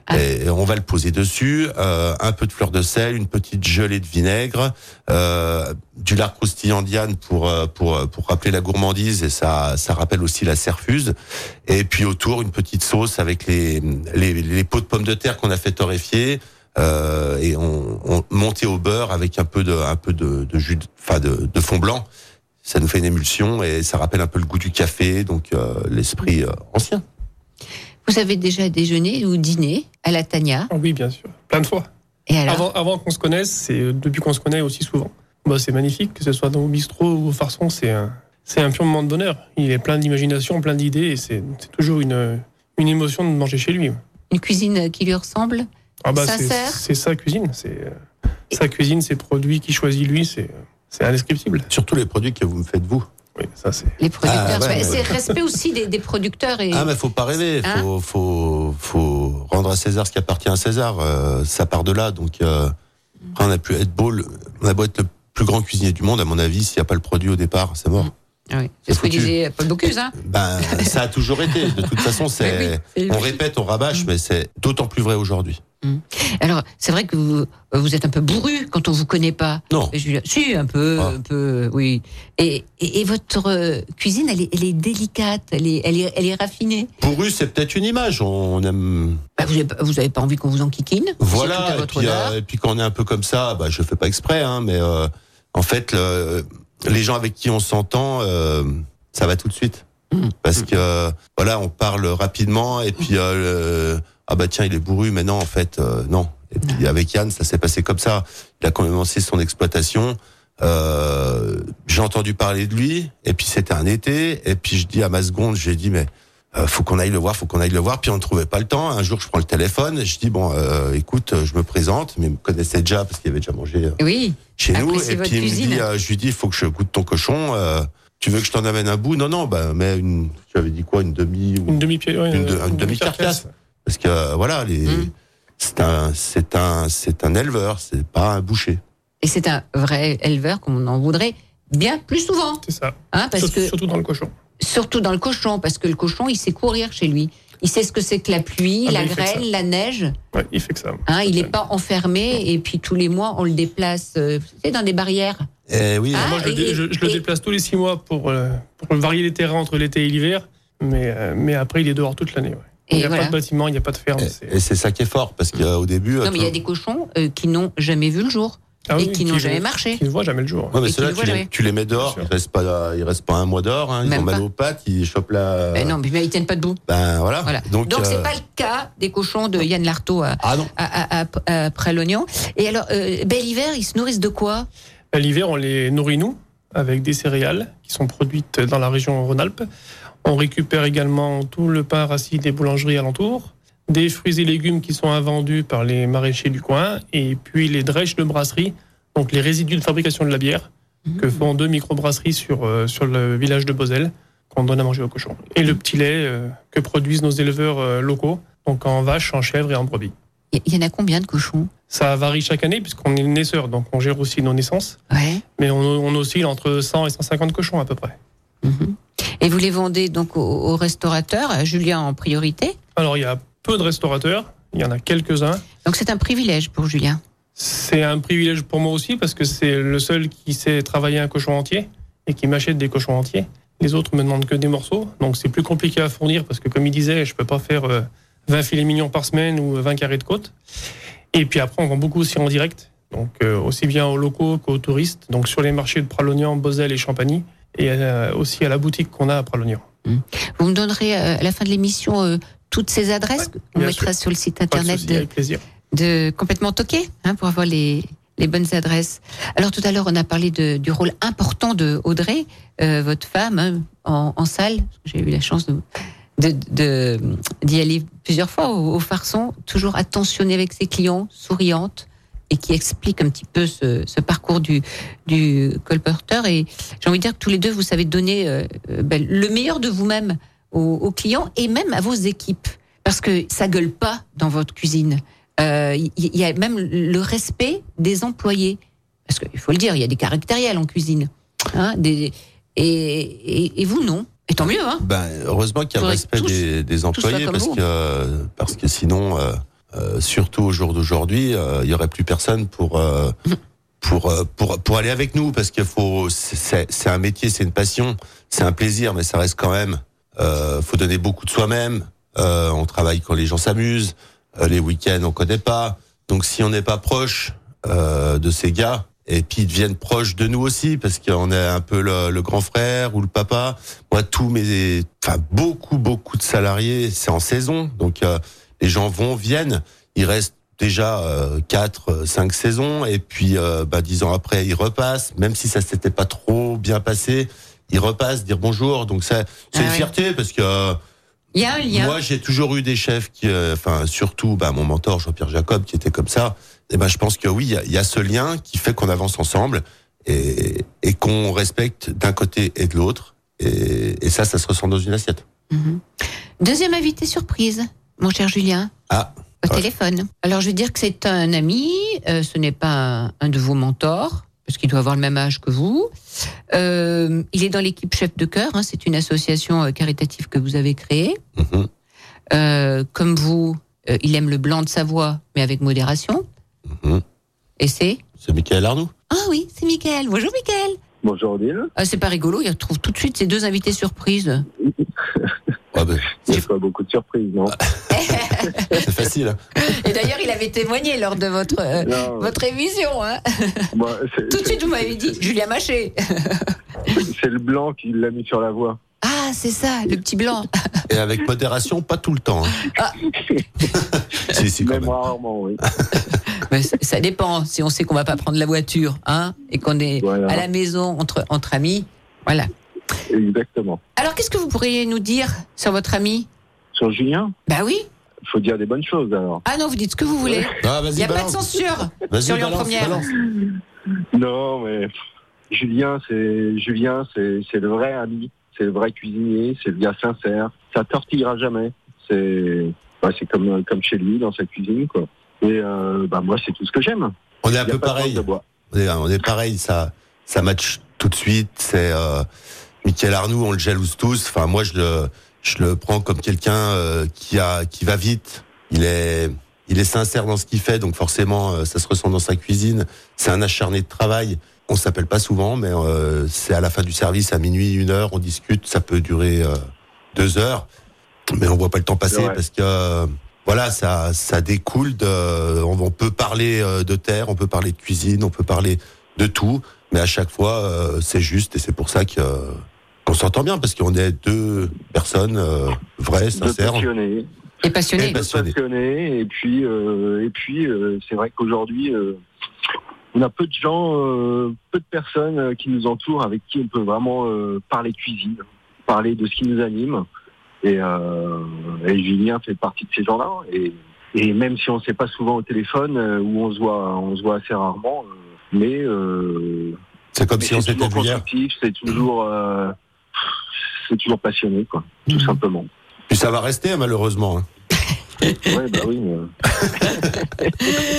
Ah. Et on va le poser dessus, euh, un peu de fleur de sel, une petite gelée de vinaigre, euh, du lard croustillant Diane pour pour pour rappeler la gourmandise et ça ça rappelle aussi la cerfuse. Et puis autour une petite sauce avec les les, les pots de pommes de terre qu'on a fait torréfier. Euh, et on, on montait au beurre avec un peu de un peu de, de jus, enfin de, de, de fond blanc. Ça nous fait une émulsion et ça rappelle un peu le goût du café, donc euh, l'esprit euh, ancien. Vous avez déjà déjeuné ou dîné à la Tania ? Oui, bien sûr, plein de fois. Et alors ? Avant, avant qu'on se connaisse, c'est depuis qu'on se connaît aussi souvent. Bah, c'est magnifique, que ce soit dans au bistrot ou au farçon, c'est un c'est un pur moment de bonheur. Il est plein d'imagination, plein d'idées, et c'est c'est toujours une une émotion de manger chez lui. Une cuisine qui lui ressemble ? Ah bah c'est, Sincère. c'est sa cuisine, c'est euh, sa cuisine, ses produits qu'il choisit lui, c'est c'est indescriptible. Surtout les produits que vous me faites vous. Oui, ça c'est. Les producteurs, Ah, ouais, c'est ouais. respect aussi des, des producteurs et. Ah mais faut pas rêver, Hein faut faut faut rendre à César ce qui appartient à César. Euh, ça part de là, donc euh, après, on a pu être beau, le- on a beau être le plus grand cuisinier du monde, à mon avis, s'il n'y a pas le produit au départ, c'est mort. Ah oui, c'est ce que foutu. disait Paul Bocuse, hein. Ben ça a toujours été. De toute façon, c'est Oui, oui, c'est on logique. répète, on rabâche, mais c'est d'autant plus vrai aujourd'hui. Alors, c'est vrai que vous, vous êtes un peu bourru quand on vous connaît pas. Non. Mais Julien, si, un peu, Ah. un peu, oui. Et, et, et votre euh, cuisine, elle est, elle est délicate, elle est, elle est, elle est raffinée. Bourru, c'est peut-être une image. On aime. Bah, vous, avez, pas- vous avez pas envie qu'on vous enquiquine. C'est tout Voilà. à Et votre puis, honneur. euh, et puis quand on est un peu comme ça, bah je fais pas exprès, hein, mais euh, en fait, le- les gens avec qui on s'entend, euh, ça va tout de suite. Mmh. Parce que euh, voilà, on parle rapidement et puis euh, le- ah bah tiens, il est bourru, mais non, en fait, euh, non. Et puis avec Yann, ça s'est passé comme ça. Il a commencé son exploitation. Euh, j'ai entendu parler de lui, et puis c'était un été, et puis je dis à ma seconde, j'ai dit mais euh, faut qu'on aille le voir, faut qu'on aille le voir. Puis on ne trouvait pas le temps. Un jour, je prends le téléphone, et je dis bon, euh, écoute, je me présente, mais il me connaissait déjà parce qu'il avait déjà mangé euh, Oui. chez nous. Appréciez Et votre puis il me cuisine. dit, euh, je lui dis, il faut que je goûte ton cochon. Euh, tu veux que je t'en amène un bout? Non, non, bah mais une, tu avais dit quoi, une demi ou Une demi-pied, ouais, une, de- euh, une demi-carcasse. Parce que euh, voilà, les, Mm. c'est un, c'est un, c'est un éleveur, c'est pas un boucher. Et c'est un vrai éleveur, comme on en voudrait bien plus souvent. C'est ça. Hein, parce Surtout, que, surtout dans le cochon. surtout dans le cochon, parce que le cochon, il sait courir chez lui. Il sait ce que c'est que la pluie, Ah, la mais il fait que grêle, la neige. Ouais, il fait que ça. Hein, il n'est pas enfermé et puis tous les mois on le déplace euh, vous savez, dans des barrières. Eh oui. Ah, Moi, je, le dé- et- je- je le et- déplace tous les six mois pour, euh, pour varier les terrains entre l'été et l'hiver. Mais, euh, mais après, il est dehors toute l'année. Ouais. Il Et n'y a voilà. pas de bâtiment, il n'y a pas de ferme. Et, c'est- et c'est ça qui est fort, parce qu'au début. Non mais il y a des cochons euh, qui n'ont jamais vu le jour Ah et oui, qui n'ont jamais ne- marché. Qui ne voient jamais le jour. Ouais, mais Et ceux-là, tu le tu, vois les, jamais. tu les mets dehors, Bien ils sûr. restent pas, ils restent pas un mois dehors, hein, ils Même ont mal pas. aux pattes, ils chopent la. Ben non, mais ils tiennent pas debout. Ben voilà. Voilà. Donc, Donc, c'est euh, pas le cas des cochons de Yann Lartaud à, Ah non. à, à, à- après l'oignon. Et alors, euh, bel hiver, ils se nourrissent de quoi? À l'hiver, on les nourrit nous, avec des céréales qui sont produites dans la région Rhône-Alpes. On récupère également tout le pain rassis des boulangeries alentours, des fruits et légumes qui sont invendus par les maraîchers du coin, et puis les drèches de brasserie, donc les résidus de fabrication de la bière, que font deux microbrasseries sur, euh, sur le village de Bozelle, qu'on donne à manger aux cochons. Et le petit lait euh, que produisent nos éleveurs euh, locaux, donc en vache, en chèvre et en brebis. Il y en a combien de cochons? Ça varie chaque année, puisqu'on est naisseur, donc on gère aussi nos naissances. Ouais. Mais on, on oscille entre cent et cent cinquante cochons à peu près. Mhm. Et vous les vendez donc aux, aux restaurateurs, à Julien en priorité? Alors il y a peu de restaurateurs, il y en a quelques-uns. Donc c'est un privilège pour Julien. C'est un privilège pour moi aussi, parce que c'est le seul qui sait travailler un cochon entier et qui m'achète des cochons entiers. Les autres me demandent que des morceaux, donc c'est plus compliqué à fournir, parce que comme il disait, je peux pas faire euh, vingt filets mignons par semaine ou vingt carrés de côte. Et puis après, on vend beaucoup aussi en direct, donc euh, aussi bien aux locaux qu'aux touristes, donc sur les marchés de Pralognan, Bozelle et Champagny, et euh, aussi à la boutique qu'on a à Pralognan. Vous me donnerez euh, à la fin de l'émission euh, toutes ces adresses Ouais, qu'on bien mettra sûr. sur le site Pas de internet souci, de, avec plaisir. de Complètement Toqué, hein, pour avoir les, les bonnes adresses. Alors tout à l'heure, on a parlé de, du rôle important de Audrey, euh, votre femme, hein, en, en salle. J'ai eu la chance de, de, de, d'y aller plusieurs fois au, au Farçon, toujours attentionnée avec ses clients, souriante, et qui explique un petit peu ce, ce parcours du, du colporteur. Et j'ai envie de dire que tous les deux, vous savez donner euh, ben, le meilleur de vous-même aux, aux clients et même à vos équipes. Parce que ça gueule pas dans votre cuisine. Il euh, y, y a même le respect des employés. Parce qu'il faut le dire, il y a des caractériels en cuisine. Hein, des, et, et, et vous, non. Et tant mieux, hein. Ben, heureusement qu'il y a le Faudrait respect tous- des, des soient employés, comme parce vous. que, parce que sinon, euh, euh, surtout au jour d'aujourd'hui, euh, il y aurait plus personne pour euh, pour euh, pour pour aller avec nous, parce qu'il faut, c'est, c'est un métier, c'est une passion, c'est un plaisir, mais ça reste quand même, euh, faut donner beaucoup de soi-même. Euh, on travaille quand les gens s'amusent, euh, les week-ends on connaît pas, donc si on n'est pas proche euh, de ces gars, et puis ils deviennent proches de nous aussi, parce qu'on est un peu le, le grand frère ou le papa. Moi, tous mes, enfin beaucoup beaucoup de salariés, c'est en saison, donc euh, les gens vont, viennent, ils restent déjà euh, quatre, cinq saisons, et puis euh, bah, dix ans après, ils repassent, même si ça s'était pas trop bien passé, ils repassent, dire bonjour. Donc ça, c'est ah une ouais. fierté, parce que euh, il y a un lien. Moi, j'ai toujours eu des chefs qui, euh, enfin surtout, bah, mon mentor Jean-Pierre Jacob, qui était comme ça. Et ben, je pense que oui, il y a, y a ce lien qui fait qu'on avance ensemble et, et qu'on respecte d'un côté et de l'autre. Et, et ça, ça se ressent dans une assiette. Mm-hmm. Deuxième invité surprise, mon cher Julien. Ah. Au ouais. téléphone. Alors, je veux dire que c'est un ami, euh, ce n'est pas un, un de vos mentors, parce qu'il doit avoir le même âge que vous. Euh, il est dans l'équipe Chef de Cœur, hein, c'est une association euh, caritative que vous avez créée. Mm-hmm. Euh, comme vous, euh, il aime le blanc de Savoie, mais avec modération. Mm-hmm. Et c'est C'est Michael Arnoux. Ah oui, c'est Michael. Bonjour Michael. Bonjour Odile. Ah, c'est pas rigolo, il retrouve tout de suite ces deux invités surprises. Ah ben, c'est pas beaucoup de surprises, non? C'est facile. Et d'ailleurs, il avait témoigné lors de votre, euh, non, votre émission. Hein. Moi, c'est, tout de suite, vous m'avez dit, Julien Maché. C'est le blanc qui l'a mis sur la voie. Ah, c'est ça, le petit blanc. Et avec modération, pas tout le temps. Hein. Ah. si, si, quand même, même. Rarement, oui. Mais ça dépend, si on sait qu'on va pas prendre la voiture, hein, et qu'on est voilà. à la maison entre, entre amis, voilà. Exactement. Alors, qu'est-ce que vous pourriez nous dire sur votre ami? Sur Julien? Bah oui. Il faut dire des bonnes choses, alors. Ah non, vous dites ce que vous voulez. Ah, il n'y a balance. Pas de censure vas-y, sur Lyon balance, Première. Balance. Non, mais Julien, c'est Julien, c'est, c'est le vrai ami, c'est le vrai cuisinier, c'est le gars sincère. Ça tortillera jamais. C'est, bah, c'est comme, comme chez lui, dans sa cuisine, quoi. Et euh, bah, moi, c'est tout ce que j'aime. On est un peu pareil. On est, on est pareil, ça, ça match tout de suite. C'est euh, Michael Arnoux, on le jalouse tous. Enfin, moi, je le, je le prends comme quelqu'un euh, qui a, qui va vite. Il est, il est sincère dans ce qu'il fait, donc forcément, euh, ça se ressent dans sa cuisine. C'est un acharné de travail. On s'appelle pas souvent, mais euh, c'est à la fin du service, à minuit, une heure, on discute. Ça peut durer euh, deux heures, mais on voit pas le temps passer parce que. Euh, Voilà, ça, ça découle de. On peut parler de terre, on peut parler de cuisine, on peut parler de tout, mais à chaque fois, euh, c'est juste, et c'est pour ça que qu'on s'entend bien, parce qu'on est deux personnes euh, vraies, sincères, passionnés. et passionnées, et passionnés. passionnés. Et puis, euh, et puis, euh, c'est vrai qu'aujourd'hui, euh, on a peu de gens, euh, peu de personnes qui nous entourent, avec qui on peut vraiment euh, parler cuisine, parler de ce qui nous anime. Et, euh, et Julien fait partie de ces gens-là. Et, et même si on ne sait pas souvent au téléphone, euh, où on se voit, on se voit assez rarement, euh, mais euh, c'est comme mais si on s'était vu hier. C'est toujours, euh, c'est toujours passionné, quoi, tout mmh. simplement. Puis ça va rester, malheureusement. Hein. Ouais, bah oui. Mais...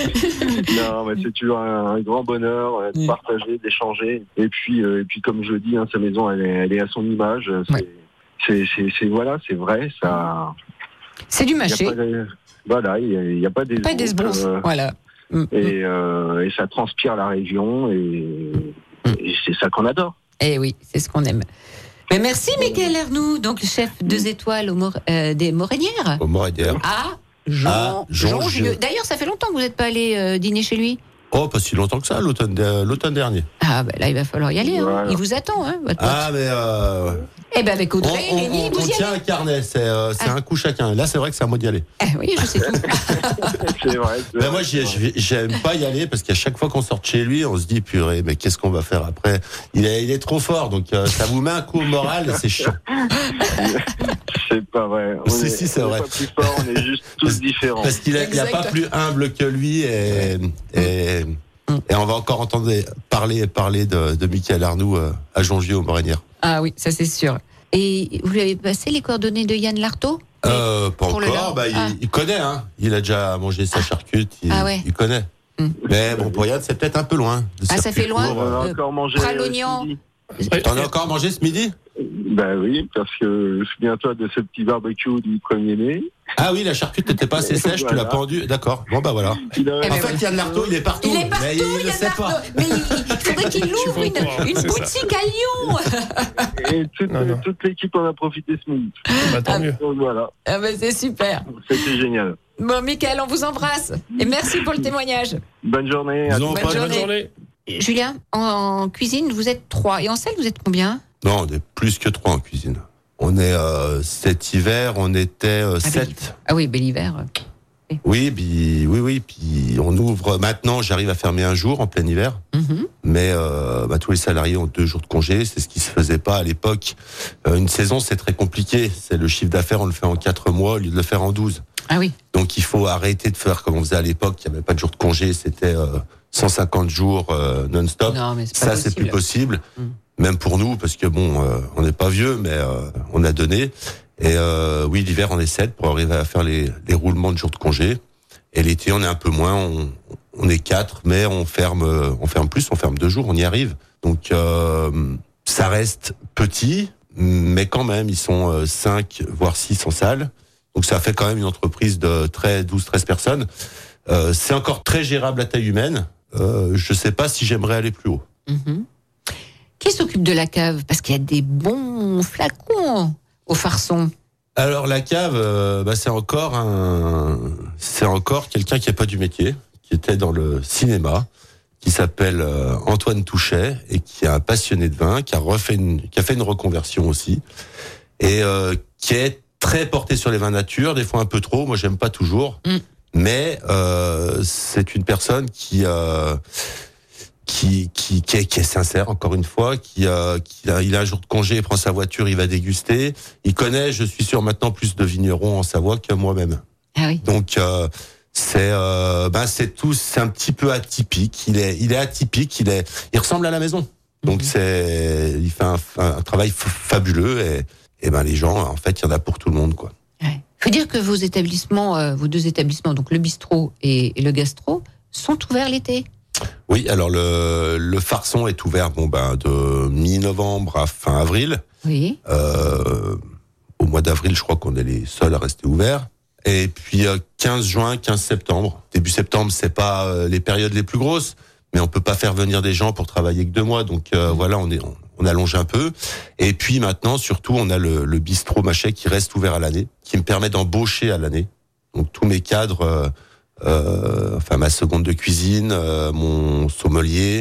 non, mais c'est toujours un, un grand bonheur de partager, d'échanger. Et puis, euh, et puis comme je le dis, hein, sa maison, elle est, elle est à son image. C'est, ouais. C'est, c'est, c'est voilà, c'est vrai, ça. C'est du mâché. Voilà, il n'y a, a pas des. Pas des esbroufs, euh, voilà. Mm. Et, euh, et ça transpire la région, et, mm. et c'est ça qu'on adore. Eh oui, c'est ce qu'on aime. Mais merci, Michael Arnoux, donc chef deux étoiles au Mor- euh, des Morinières. Au Morinières. Ah, Jean, ah, Jean, Jean Gieux. D'ailleurs, ça fait longtemps que vous n'êtes pas allé euh, dîner chez lui. Oh, pas si longtemps que ça, l'automne, de, l'automne dernier. Ah, ben là, il va falloir y aller. Hein. Ouais. Il vous attend, hein, votre pote. Ah, mais. Euh... Eh ben, avec Audrey, on, Rémi, on, vous on y tient allez. un carnet, c'est, euh, c'est ah. un coup chacun. Là, c'est vrai que c'est à moi d'y aller. Eh oui, je sais tout. C'est vrai. C'est mais moi, j'y, j'aime pas y aller parce qu'à chaque fois qu'on sort de chez lui, on se dit, purée, mais qu'est-ce qu'on va faire après? Il est, il est trop fort, donc euh, ça vous met un coup au moral et c'est chiant. C'est pas vrai. On si, est, si, c'est on vrai. Est pas plus fort, on est juste tous parce, différents. Parce qu'il n'y a, a pas plus humble que lui et, et, et on va encore entendre parler, parler de, de Michael Arnoux euh, à Jean-Gieux aux Morinières. Ah oui, ça c'est sûr. Et vous lui avez passé les coordonnées de Yann Lartaud? Euh, pas Pour encore, bah, ah. il, il connaît, hein. Il a déjà mangé sa charcute, il, ah ouais. il connaît. Mmh. Mais bon, pour Yann, c'est peut-être un peu loin. Ah, ça fait loin on a encore mangé Pralognan. T'en as encore mangé ce midi? Ben oui, parce que souviens-toi de ce petit barbecue du premier mai. Ah oui, la charcute n'était pas assez sèche, voilà. Tu l'as pendu. D'accord. Bon bah voilà. En fait, Yann Lartaud, il est partout. Il est partout, mais il ne Yann sait Lartaud. pas. Mais il, il faudrait qu'il ouvre une, une boutique à Lyon. Et toute, non, non. toute l'équipe en a profité ce midi. Bah, tant ah, mieux. Donc voilà. Ah bah, c'est super. C'était génial. Bon, Mickaël, on vous embrasse. Et merci pour le témoignage. Bonne journée. Bonne, bonne journée. journée. Julien, en, en cuisine, vous êtes trois. Et en salle, vous êtes combien? Non, on est plus que trois en cuisine. On est euh, cet hiver, on était euh, ah, sept. Bel... Ah oui, bel hiver. Oui, oui, puis, oui, oui. Puis on ouvre maintenant. J'arrive à fermer un jour en plein hiver, mm-hmm. mais euh, bah, tous les salariés ont deux jours de congé. C'est ce qui se faisait pas à l'époque. Euh, une saison, c'est très compliqué. C'est le chiffre d'affaires, on le fait en quatre mois au lieu de le faire en douze. Ah oui. Donc il faut arrêter de faire comme on faisait à l'époque. Il n'y avait pas de jour de congé. C'était euh, cent cinquante jours euh, non-stop. Non, mais c'est pas Ça, possible. c'est plus possible. Mm. Même pour nous, parce que bon, euh, on n'est pas vieux, mais euh, on a donné. Et euh, oui, l'hiver, on est sept pour arriver à faire les, les roulements de jours de congé. Et l'été, on est un peu moins, on, on est quatre, mais on ferme, on ferme plus, on ferme deux jours, on y arrive. Donc, euh, ça reste petit, mais quand même, ils sont euh, cinq, voire six en salle. Donc, ça fait quand même une entreprise de douze treize personnes. Euh, c'est encore très gérable à taille humaine. Euh, je sais pas si j'aimerais aller plus haut. Mm-hmm. Qui s'occupe de la cave? Parce qu'il y a des bons flacons au Farçon. Alors la cave, euh, bah, c'est encore un, c'est encore quelqu'un qui n'est pas du métier, qui était dans le cinéma, qui s'appelle euh, Antoine Touchet et qui est un passionné de vin, qui a refait une, qui a fait une reconversion aussi et euh, qui est très porté sur les vins nature, des fois un peu trop. Moi, j'aime pas toujours, mm. mais euh, c'est une personne qui euh, Qui, qui, qui, est, qui est sincère, encore une fois, qui, euh, qui a, il a un jour de congé, il prend sa voiture, il va déguster. Il connaît, je suis sûr, maintenant plus de vignerons en Savoie que moi-même. Ah oui. Donc, euh, c'est, euh, ben, c'est tout, c'est un petit peu atypique. Il est, il est atypique, il est, il ressemble à la maison. Donc, mm-hmm. c'est, il fait un, un travail f- fabuleux et, et ben, les gens, en fait, il y en a pour tout le monde, quoi. Ouais. Faut dire que vos établissements, euh, vos deux établissements, donc le bistrot et, et le gastro, sont ouverts l'été. Oui, alors le, le Farçon est ouvert bon ben de mi-novembre à fin avril. Oui. Euh, au mois d'avril, je crois qu'on est les seuls à rester ouverts. Et puis euh, quinze juin, quinze septembre. Début septembre, c'est pas euh, les périodes les plus grosses, mais on peut pas faire venir des gens pour travailler que deux mois. Donc euh, voilà, on est on, on allonge un peu. Et puis maintenant, surtout, on a le, le bistrot Machet qui reste ouvert à l'année, qui me permet d'embaucher à l'année. Donc tous mes cadres. Euh, Euh, enfin ma seconde de cuisine, euh, mon sommelier,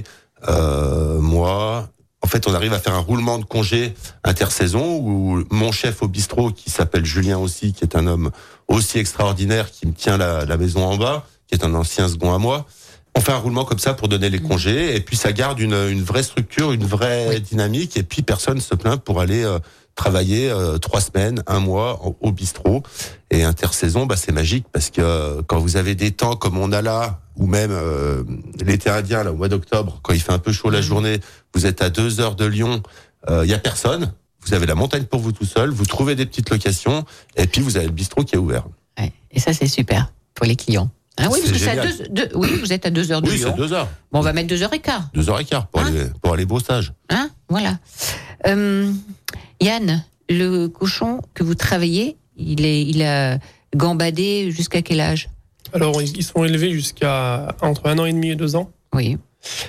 euh, moi. En fait, on arrive à faire un roulement de congé intersaison où mon chef au bistrot, qui s'appelle Julien aussi, qui est un homme aussi extraordinaire, qui me tient la, la maison en bas, qui est un ancien second à moi. On fait un roulement comme ça pour donner les congés et puis ça garde une, une vraie structure, une vraie oui. dynamique et puis personne se plaint pour aller euh, travailler euh, trois semaines, un mois au, au bistrot. Et intersaison, bah, c'est magique parce que euh, quand vous avez des temps comme on a là, ou même euh, l'été indien, là, au mois d'octobre, quand il fait un peu chaud la journée, vous êtes à deux heures de Lyon, il euh, y a personne, vous avez la montagne pour vous tout seul, vous trouvez des petites locations, et puis vous avez le bistrot qui est ouvert. Ouais, et ça, c'est super pour les clients. Ah oui, c'est parce que c'est à deux, deux, oui, vous êtes à deux heures de oui, Lyon. Oui, c'est deux heures. Bon, on va mettre deux heures et quart. Deux heures et quart pour, hein aller, pour aller brossage. Hein, voilà. Euh, Yann, le cochon que vous travaillez, il, est, il a gambadé jusqu'à quel âge? Alors, ils sont élevés jusqu'à entre un an et demi et deux ans. Oui.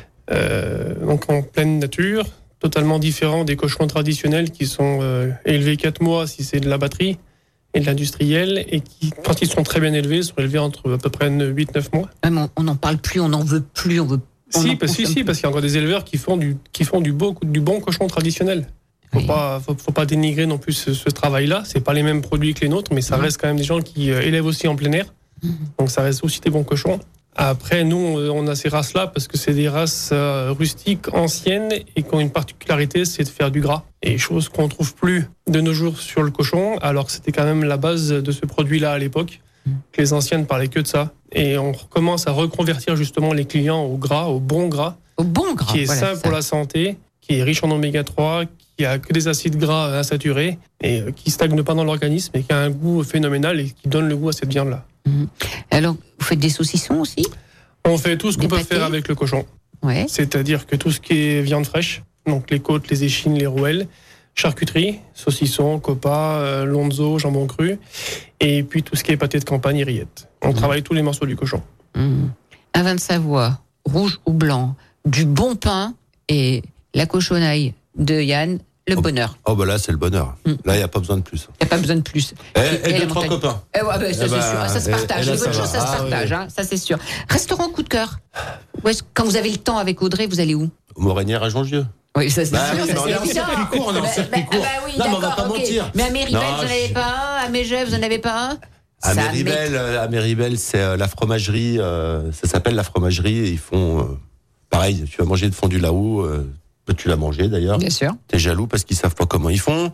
Euh, donc en pleine nature, totalement différent des cochons traditionnels qui sont euh, élevés quatre mois si c'est de la batterie et de l'industriel, et qui, quand ils sont très bien élevés, sont élevés entre à peu près huit neuf mois. Même on n'en parle plus, on n'en veut plus, on veut. On si, parce, si, si, parce qu'il y a encore des éleveurs qui font du, qui font du, beau, du bon cochon traditionnel. Faut oui. pas, faut, faut pas dénigrer non plus ce, ce travail-là. C'est pas les mêmes produits que les nôtres, mais ça mmh. reste quand même des gens qui euh, élèvent aussi en plein air. Mmh. Donc ça reste aussi des bons cochons. Après, nous, on a ces races-là parce que c'est des races euh, rustiques, anciennes, et qui ont une particularité, c'est de faire du gras. Et chose qu'on trouve plus de nos jours sur le cochon, alors que c'était quand même la base de ce produit-là à l'époque, mmh. que les anciennes parlaient que de ça. Et on commence à reconvertir justement les clients au gras, au bon gras. Au bon gras, qui est voilà, sain ça. pour la santé, qui est riche en oméga trois, qui a que des acides gras insaturés, et qui stagne pas dans l'organisme, et qui a un goût phénoménal, et qui donne le goût à cette viande-là. Mmh. Alors, vous faites des saucissons aussi? On fait tout ce qu'on des peut pâtés. faire avec le cochon. Ouais. C'est-à-dire que tout ce qui est viande fraîche, donc les côtes, les échines, les rouelles. Charcuterie, saucisson, copa, euh, lonzo, jambon cru, et puis tout ce qui est pâté de campagne et rillettes. On mmh. travaille tous les morceaux du cochon. Mmh. Un vin de Savoie, rouge ou blanc, du bon pain et la cochonaille de Yann, le oh, bonheur. Oh bah là c'est le bonheur. Mmh. Là il n'y a pas besoin de plus. Il n'y a pas besoin de plus. Et, et, et deux, trois copains. Eh ouais, bah, ça eh c'est bah, sûr, ça se partage. Les bonnes choses, ça se ah, partage, oui. hein, ça c'est sûr. Restaurant coup de cœur. Ouais, quand vous avez le temps avec Audrey, vous allez où? Morinière à Jongieux. Oui, ça c'est bah sûr. Oui, Ça, on est en circuit court, on est en circuit court. Bah, oui, non, mais on va pas okay. mentir. Mais à Méribel, vous n'en avez je... pas un? À Mégève, vous n'en avez pas un? À Méribel, à Méribel, c'est euh, la fromagerie. Euh, ça s'appelle la fromagerie. Et ils font euh, pareil. Tu vas manger de fondue là-haut. Euh, tu l'as mangé d'ailleurs. Bien sûr. T'es jaloux parce qu'ils savent pas comment ils font.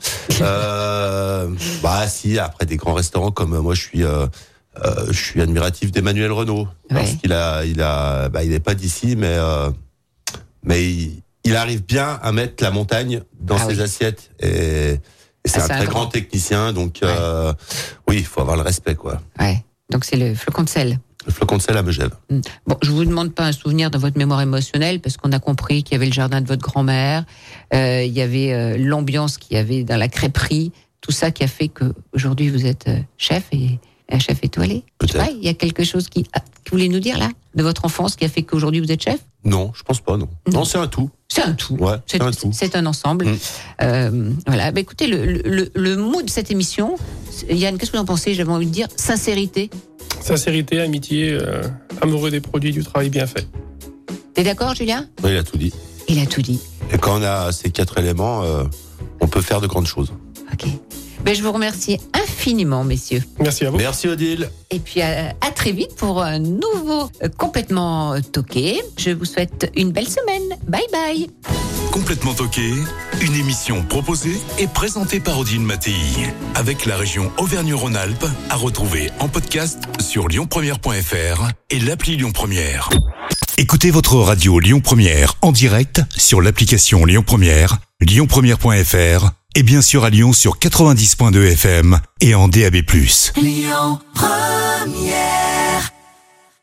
euh, bah si. Après des grands restaurants comme euh, moi, je suis. Euh, euh, je suis admiratif d'Emmanuel Renaud parce ouais. qu'il a, il a, bah, il est pas d'ici, mais euh, mais il, il arrive bien à mettre la montagne dans ah ses oui. assiettes et, et c'est ah, un c'est très un grand. grand technicien, donc ouais. euh, oui, il faut avoir le respect, quoi. Ouais. Donc c'est le flocon de sel. Le flocon de sel à Megève. Bon, je vous demande pas un souvenir dans votre mémoire émotionnelle parce qu'on a compris qu'il y avait le jardin de votre grand-mère, euh, il y avait euh, l'ambiance qu'il y avait dans la crêperie, tout ça qui a fait que aujourd'hui vous êtes euh, chef et un chef étoilé. Peut-être. Il y a quelque chose qui, ah, que vous voulez nous dire là, de votre enfance qui a fait qu'aujourd'hui vous êtes chef? Non, je pense pas, non. Non, non c'est un tout. C'est un tout. Ouais, c'est, c'est un tout. C'est un ensemble. Mmh. Euh, voilà. Bah, écoutez, le, le, le mot de cette émission, Yann, qu'est-ce que vous en pensez? J'avais envie de dire sincérité. Sincérité, amitié, euh, amoureux des produits, du travail bien fait. T'es d'accord, Julien? Oui, il a tout dit. Il a tout dit. Et quand on a ces quatre éléments, euh, on peut faire de grandes choses. Ok. Ben, je vous remercie infiniment, messieurs. Merci à vous. Merci, Odile. Et puis, à, à très vite pour un nouveau euh, Complètement Toqué. Je vous souhaite une belle semaine. Bye bye. Complètement Toqué, une émission proposée et présentée par Odile Mattei, avec la région Auvergne-Rhône-Alpes, à retrouver en podcast sur lyon première point f r et l'appli Lyon Première. Écoutez votre radio Lyon Première en direct sur l'application Lyon Première, lyon première point f r et bien sûr à Lyon sur quatre-vingt-dix point deux F M et en D A B plus. Lyon Première.